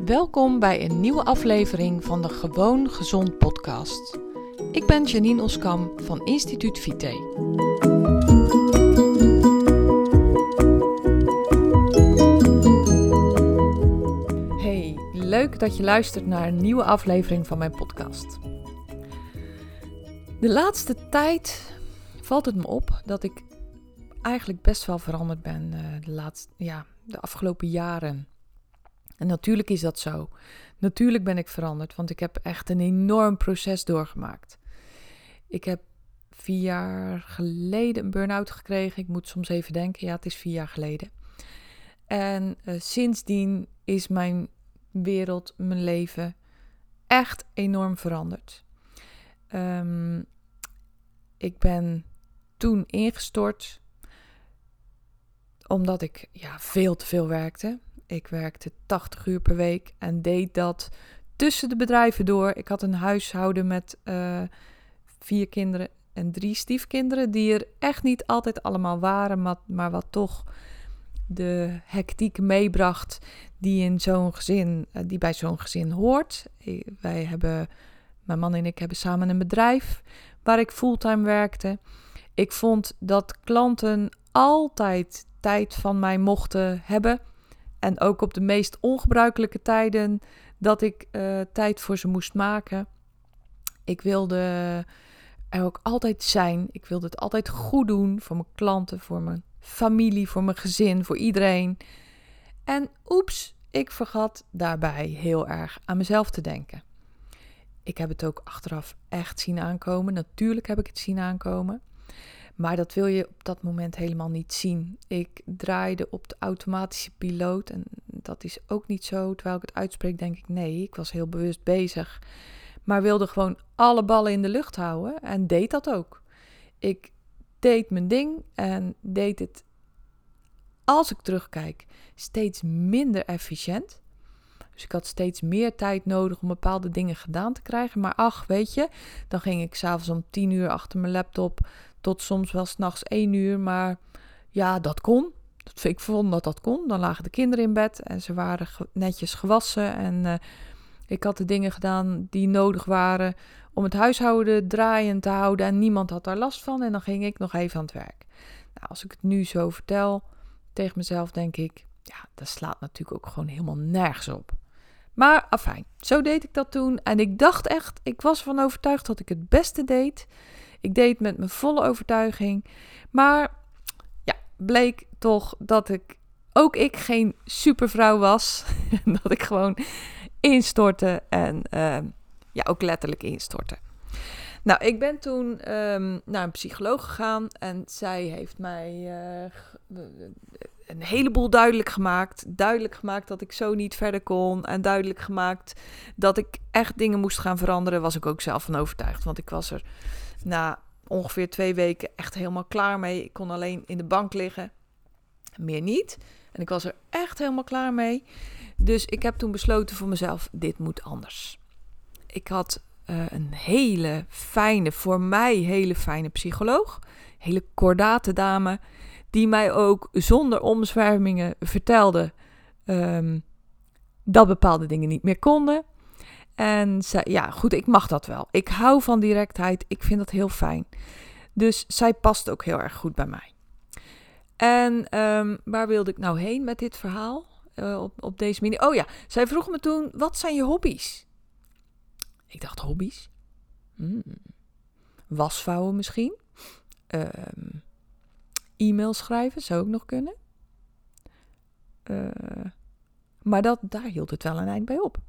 Welkom bij een nieuwe aflevering van de Gewoon Gezond podcast. Ik ben Janine Oskam van Instituut Vite. Hey, leuk dat je luistert naar een nieuwe aflevering van mijn podcast. De laatste tijd valt het me op dat ik eigenlijk best wel veranderd ben de afgelopen jaren. En natuurlijk is dat zo. Natuurlijk ben ik veranderd, want ik heb echt een enorm proces doorgemaakt. Ik heb 4 jaar geleden een burn-out gekregen. Ik moet soms even denken, ja, het is 4 jaar geleden. En sindsdien is mijn wereld, mijn leven echt enorm veranderd. Ik ben toen ingestort omdat ik veel te veel werkte. Ik werkte 80 uur per week en deed dat tussen de bedrijven door. Ik had een huishouden met 4 kinderen en 3 stiefkinderen, die er echt niet altijd allemaal waren, maar wat toch de hectiek meebracht die in zo'n gezin, die bij zo'n gezin hoort. Mijn man en ik hebben samen een bedrijf waar ik fulltime werkte. Ik vond dat klanten altijd tijd van mij mochten hebben. En ook op de meest ongebruikelijke tijden dat ik tijd voor ze moest maken. Ik wilde er ook altijd zijn. Ik wilde het altijd goed doen voor mijn klanten, voor mijn familie, voor mijn gezin, voor iedereen. En oeps, ik vergat daarbij heel erg aan mezelf te denken. Ik heb het ook achteraf echt zien aankomen. Natuurlijk heb ik het zien aankomen. Maar dat wil je op dat moment helemaal niet zien. Ik draaide op de automatische piloot en dat is ook niet zo. Terwijl ik het uitspreek, denk ik nee, ik was heel bewust bezig. Maar wilde gewoon alle ballen in de lucht houden en deed dat ook. Ik deed mijn ding en deed het, als ik terugkijk, steeds minder efficiënt. Dus ik had steeds meer tijd nodig om bepaalde dingen gedaan te krijgen. Maar ach, weet je, dan ging ik 's avonds om 10 uur achter mijn laptop tot soms wel 's nachts 1 uur. Maar ja, dat kon. Ik vond dat kon. Dan lagen de kinderen in bed en ze waren netjes gewassen. En ik had de dingen gedaan die nodig waren om het huishouden draaiend te houden. En niemand had daar last van. En dan ging ik nog even aan het werk. Nou, als ik het nu zo vertel tegen mezelf, denk ik, ja, dat slaat natuurlijk ook gewoon helemaal nergens op. Maar afijn, zo deed ik dat toen. En ik dacht echt, ik was ervan overtuigd dat ik het beste deed. Ik deed het met mijn volle overtuiging. Maar ja, bleek toch dat ik geen supervrouw was. Dat ik gewoon instortte en ook letterlijk instortte. Nou, ik ben toen naar een psycholoog gegaan en zij heeft mij een heleboel duidelijk gemaakt. Duidelijk gemaakt dat ik zo niet verder kon en duidelijk gemaakt dat ik echt dingen moest gaan veranderen. Was ik ook zelf van overtuigd, want ik was er na ongeveer 2 weken echt helemaal klaar mee. Ik kon alleen in de bank liggen, meer niet. En ik was er echt helemaal klaar mee. Dus ik heb toen besloten voor mezelf, dit moet anders. Ik had voor mij hele fijne psycholoog. Hele kordate dame. Die mij ook zonder omzwervingen vertelde dat bepaalde dingen niet meer konden. En zei, ja goed, ik mag dat wel. Ik hou van directheid. Ik vind dat heel fijn. Dus zij past ook heel erg goed bij mij. En waar wilde ik nou heen met dit verhaal? Op deze manier. Oh ja, zij vroeg me toen, wat zijn je hobby's? Ik dacht, hobby's? Wasvouwen misschien? E-mail schrijven, zou ook nog kunnen. Maar daar hield het wel een eind bij op.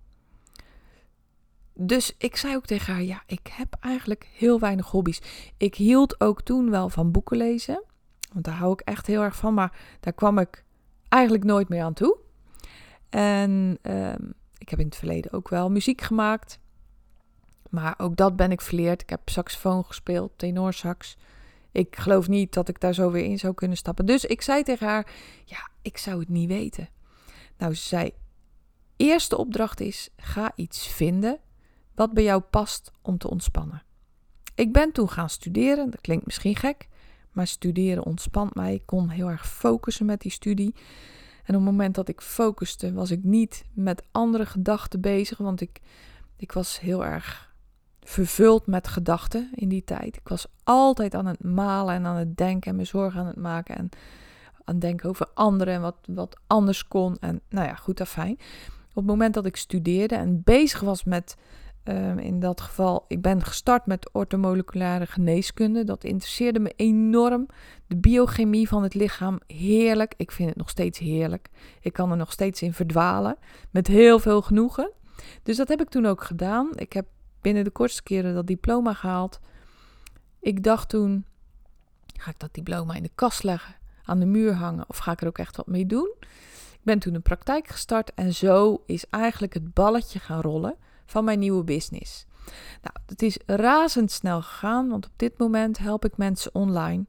Dus ik zei ook tegen haar, ja, ik heb eigenlijk heel weinig hobby's. Ik hield ook toen wel van boeken lezen. Want daar hou ik echt heel erg van. Maar daar kwam ik eigenlijk nooit meer aan toe. En ik heb in het verleden ook wel muziek gemaakt. Maar ook dat ben ik verleerd. Ik heb saxofoon gespeeld, tenorsax. Ik geloof niet dat ik daar zo weer in zou kunnen stappen. Dus ik zei tegen haar, ja, ik zou het niet weten. Nou, ze zei, eerste opdracht is, ga iets vinden wat bij jou past om te ontspannen. Ik ben toen gaan studeren, dat klinkt misschien gek, maar studeren ontspant mij. Ik kon heel erg focussen met die studie. En op het moment dat ik focuste, was ik niet met andere gedachten bezig. Want ik was heel erg vervuld met gedachten in die tijd. Ik was altijd aan het malen en aan het denken en me zorgen aan het maken. En aan het denken over anderen en wat anders kon. En nou ja, goed, afijn. Op het moment dat ik studeerde en bezig was met, in dat geval, ik ben gestart met orthomoleculaire geneeskunde. Dat interesseerde me enorm. De biochemie van het lichaam, heerlijk. Ik vind het nog steeds heerlijk. Ik kan er nog steeds in verdwalen. Met heel veel genoegen. Dus dat heb ik toen ook gedaan. Ik heb binnen de kortste keren dat diploma gehaald. Ik dacht toen, ga ik dat diploma in de kast leggen, aan de muur hangen of ga ik er ook echt wat mee doen? Ik ben toen een praktijk gestart en zo is eigenlijk het balletje gaan rollen van mijn nieuwe business. Nou, het is razendsnel gegaan, want op dit moment help ik mensen online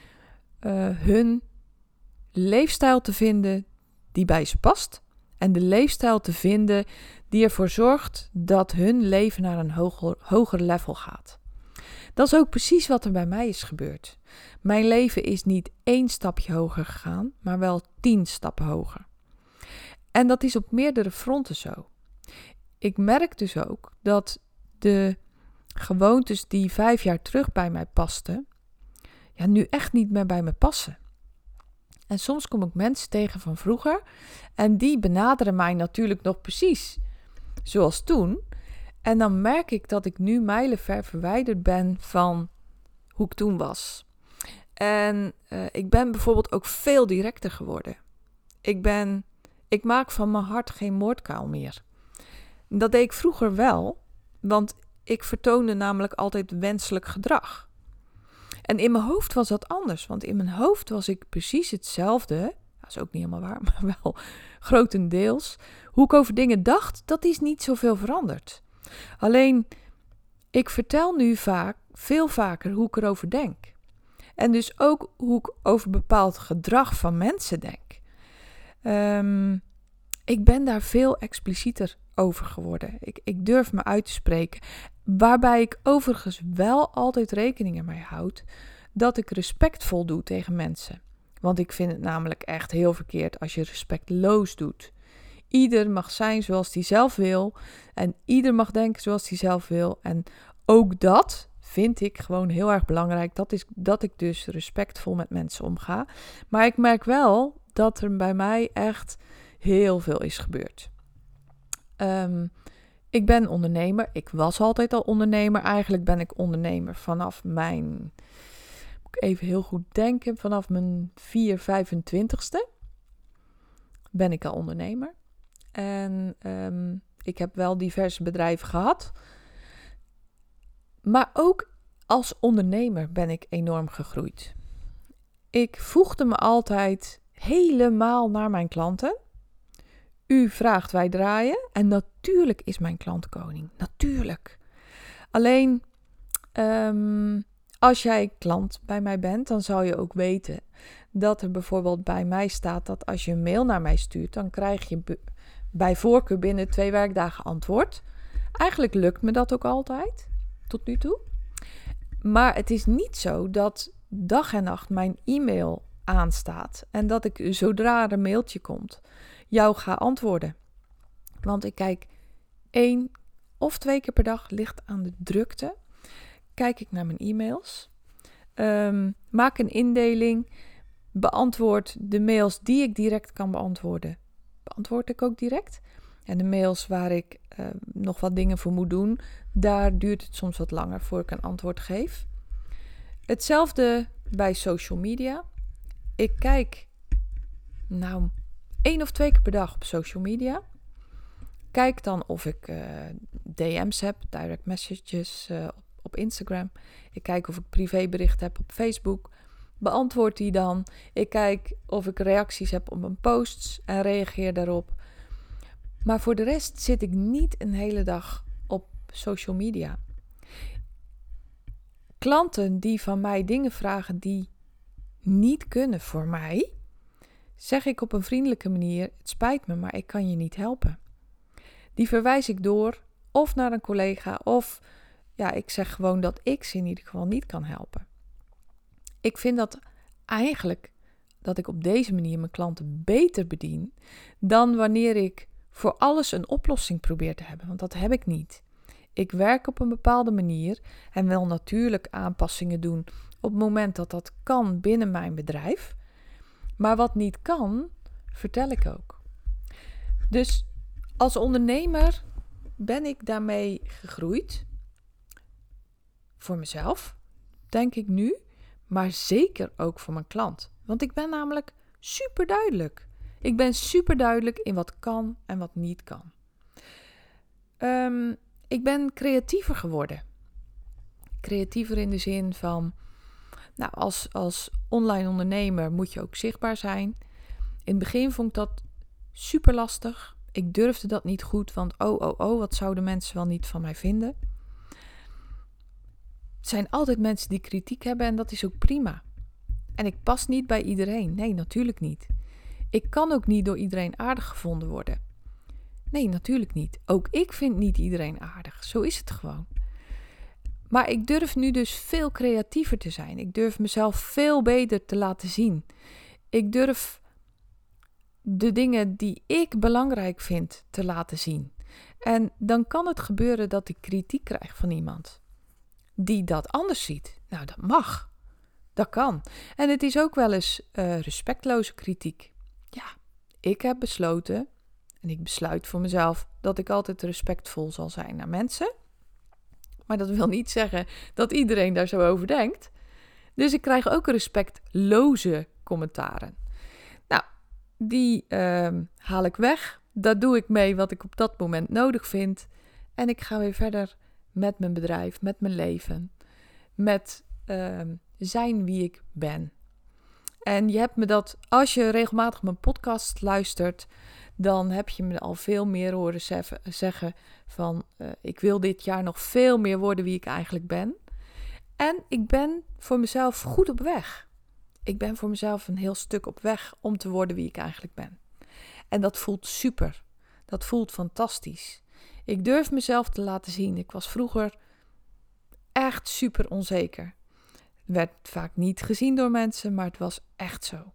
hun leefstijl te vinden die bij ze past. En de leefstijl te vinden die ervoor zorgt dat hun leven naar een hoger level gaat. Dat is ook precies wat er bij mij is gebeurd. Mijn leven is niet 1 stapje hoger gegaan, maar wel 10 stappen hoger. En dat is op meerdere fronten zo. Ik merk dus ook dat de gewoontes die 5 jaar terug bij mij pasten, nu echt niet meer bij me passen. En soms kom ik mensen tegen van vroeger en die benaderen mij natuurlijk nog precies zoals toen. En dan merk ik dat ik nu mijlenver verwijderd ben van hoe ik toen was. En ik ben bijvoorbeeld ook veel directer geworden. Ik maak van mijn hart geen moordkuil meer. Dat deed ik vroeger wel, want ik vertoonde namelijk altijd wenselijk gedrag. En in mijn hoofd was dat anders, want in mijn hoofd was ik precies hetzelfde. Dat is ook niet helemaal waar, maar wel grotendeels. Hoe ik over dingen dacht, dat is niet zoveel veranderd. Alleen, ik vertel nu veel vaker hoe ik erover denk. En dus ook hoe ik over bepaald gedrag van mensen denk. Ik ben daar veel explicieter over geworden. Ik durf me uit te spreken. Waarbij ik overigens wel altijd rekening mee houd dat ik respectvol doe tegen mensen. Want ik vind het namelijk echt heel verkeerd als je respectloos doet. Ieder mag zijn zoals hij zelf wil. En ieder mag denken zoals hij zelf wil. En ook dat vind ik gewoon heel erg belangrijk. Dat ik dus respectvol met mensen omga. Maar ik merk wel dat er bij mij echt heel veel is gebeurd. Ik ben ondernemer. Ik was altijd al ondernemer. Eigenlijk ben ik ondernemer vanaf mijn, moet ik even heel goed denken, vanaf mijn 25ste ben ik al ondernemer. En ik heb wel diverse bedrijven gehad. Maar ook als ondernemer ben ik enorm gegroeid. Ik voegde me altijd helemaal naar mijn klanten. U vraagt, wij draaien. En natuurlijk is mijn klant koning. Natuurlijk. Alleen, als jij klant bij mij bent, dan zal je ook weten dat er bijvoorbeeld bij mij staat dat als je een mail naar mij stuurt, dan krijg je bij voorkeur binnen 2 werkdagen antwoord. Eigenlijk lukt me dat ook altijd, tot nu toe. Maar het is niet zo dat dag en nacht mijn e-mail aanstaat en dat ik zodra er een mailtje komt, jou ga antwoorden. Want ik kijk 1 of 2 keer per dag, ligt aan de drukte, kijk ik naar mijn e-mails, maak een indeling, beantwoord de mails die ik direct kan beantwoorden, beantwoord ik ook direct. En de mails waar ik nog wat dingen voor moet doen, daar duurt het soms wat langer voor ik een antwoord geef. Hetzelfde bij social media. Ik kijk 1 of 2 keer per dag op social media. Kijk dan of ik DM's heb, direct messages op Instagram. Ik kijk of ik privéberichten heb op Facebook. Beantwoord die dan. Ik kijk of ik reacties heb op mijn posts en reageer daarop. Maar voor de rest zit ik niet een hele dag op social media. Klanten die van mij dingen vragen die niet kunnen voor mij, zeg ik op een vriendelijke manier, het spijt me, maar ik kan je niet helpen. Die verwijs ik door of naar een collega of ik zeg gewoon dat ik ze in ieder geval niet kan helpen. Ik vind dat eigenlijk dat ik op deze manier mijn klanten beter bedien dan wanneer ik voor alles een oplossing probeer te hebben. Want dat heb ik niet. Ik werk op een bepaalde manier en wil natuurlijk aanpassingen doen op het moment dat dat kan binnen mijn bedrijf. Maar wat niet kan, vertel ik ook. Dus als ondernemer ben ik daarmee gegroeid. Voor mezelf, denk ik nu, maar zeker ook voor mijn klant. Want ik ben namelijk super duidelijk. Ik ben super duidelijk in wat kan en wat niet kan. Ik ben creatiever geworden. Creatiever in de zin van, nou, als online ondernemer moet je ook zichtbaar zijn. In het begin vond ik dat super lastig. Ik durfde dat niet goed, want wat zouden mensen wel niet van mij vinden? Er zijn altijd mensen die kritiek hebben en dat is ook prima. En ik pas niet bij iedereen. Nee, natuurlijk niet. Ik kan ook niet door iedereen aardig gevonden worden. Nee, natuurlijk niet. Ook ik vind niet iedereen aardig. Zo is het gewoon. Maar ik durf nu dus veel creatiever te zijn. Ik durf mezelf veel beter te laten zien. Ik durf de dingen die ik belangrijk vind te laten zien. En dan kan het gebeuren dat ik kritiek krijg van iemand die dat anders ziet. Nou, dat mag. Dat kan. En het is ook wel eens respectloze kritiek. Ja, ik heb besloten, en ik besluit voor mezelf, dat ik altijd respectvol zal zijn naar mensen. Maar dat wil niet zeggen dat iedereen daar zo over denkt. Dus ik krijg ook respectloze commentaren. Nou, die haal ik weg. Daar doe ik mee wat ik op dat moment nodig vind. En ik ga weer verder met mijn bedrijf, met mijn leven. Met zijn wie ik ben. En je hebt me dat, als je regelmatig mijn podcast luistert, dan heb je me al veel meer horen zeggen van ik wil dit jaar nog veel meer worden wie ik eigenlijk ben. En ik ben voor mezelf goed op weg. Ik ben voor mezelf een heel stuk op weg om te worden wie ik eigenlijk ben. En dat voelt super. Dat voelt fantastisch. Ik durf mezelf te laten zien. Ik was vroeger echt super onzeker. Het werd vaak niet gezien door mensen, maar het was echt zo.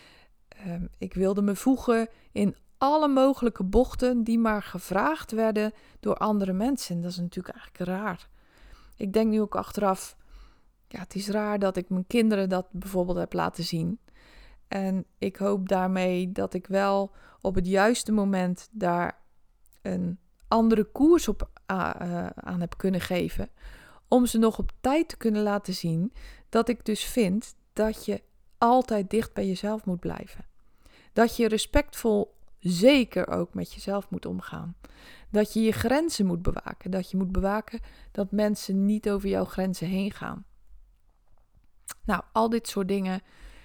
Ik wilde me voegen in alle mogelijke bochten die maar gevraagd werden door andere mensen. En dat is natuurlijk eigenlijk raar. Ik denk nu ook achteraf, ja, het is raar dat ik mijn kinderen dat bijvoorbeeld heb laten zien. En ik hoop daarmee dat ik wel op het juiste moment daar een andere koers op aan heb kunnen geven. Om ze nog op tijd te kunnen laten zien dat ik dus vind dat je altijd dicht bij jezelf moet blijven. Dat je respectvol zeker ook met jezelf moet omgaan. Dat je je grenzen moet bewaken. Dat je moet bewaken dat mensen niet over jouw grenzen heen gaan. Nou, al dit soort dingen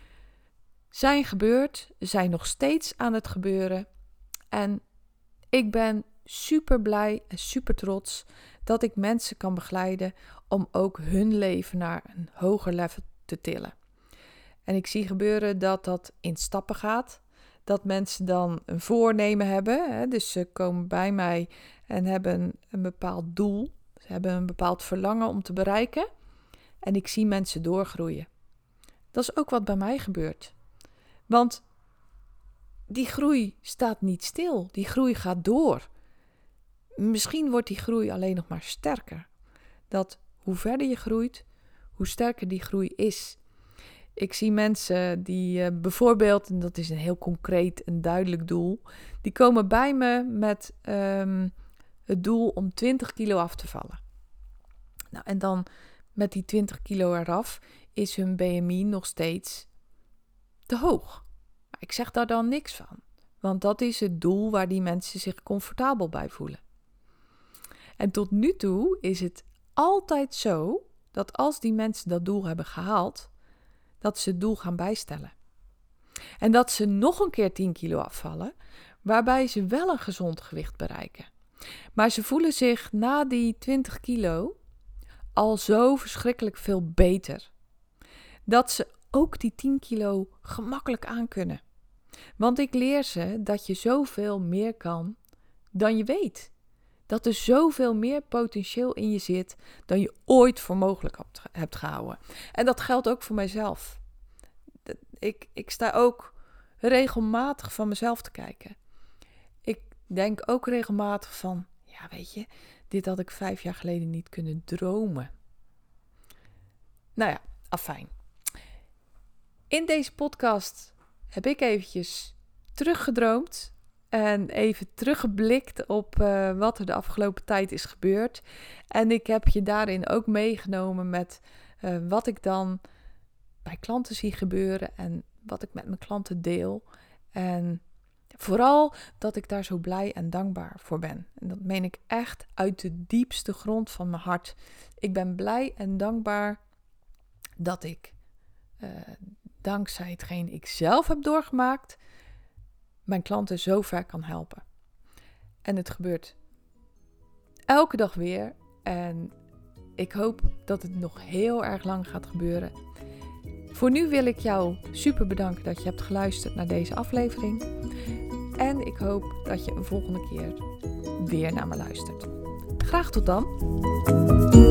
zijn gebeurd, zijn nog steeds aan het gebeuren. En ik ben super blij en super trots dat ik mensen kan begeleiden om ook hun leven naar een hoger level te tillen. En ik zie gebeuren dat dat in stappen gaat. Dat mensen dan een voornemen hebben. Hè? Dus ze komen bij mij en hebben een bepaald doel. Ze hebben een bepaald verlangen om te bereiken. En ik zie mensen doorgroeien. Dat is ook wat bij mij gebeurt. Want die groei staat niet stil. Die groei gaat door. Misschien wordt die groei alleen nog maar sterker. Dat hoe verder je groeit, hoe sterker die groei is. Ik zie mensen die bijvoorbeeld, en dat is een heel concreet en duidelijk doel, die komen bij me met het doel om 20 kilo af te vallen. Nou, en dan met die 20 kilo eraf is hun BMI nog steeds te hoog. Maar ik zeg daar dan niks van, want dat is het doel waar die mensen zich comfortabel bij voelen. En tot nu toe is het altijd zo dat als die mensen dat doel hebben gehaald, dat ze het doel gaan bijstellen. En dat ze nog een keer 10 kilo afvallen, waarbij ze wel een gezond gewicht bereiken. Maar ze voelen zich na die 20 kilo al zo verschrikkelijk veel beter. Dat ze ook die 10 kilo gemakkelijk aankunnen. Want ik leer ze dat je zoveel meer kan dan je weet. Dat er zoveel meer potentieel in je zit dan je ooit voor mogelijk hebt gehouden. En dat geldt ook voor mijzelf. ik sta ook regelmatig van mezelf te kijken. Ik denk ook regelmatig van, ja weet je, dit had ik 5 jaar geleden niet kunnen dromen. Nou ja, afijn. In deze podcast heb ik eventjes teruggedroomd en even teruggeblikt op wat er de afgelopen tijd is gebeurd. En ik heb je daarin ook meegenomen met wat ik dan bij klanten zie gebeuren en wat ik met mijn klanten deel. En vooral dat ik daar zo blij en dankbaar voor ben. En dat meen ik echt uit de diepste grond van mijn hart. Ik ben blij en dankbaar dat ik dankzij hetgeen ik zelf heb doorgemaakt, mijn klanten zo ver kan helpen. En het gebeurt elke dag weer. En ik hoop dat het nog heel erg lang gaat gebeuren. Voor nu wil ik jou super bedanken dat je hebt geluisterd naar deze aflevering. En ik hoop dat je een volgende keer weer naar me luistert. Graag tot dan!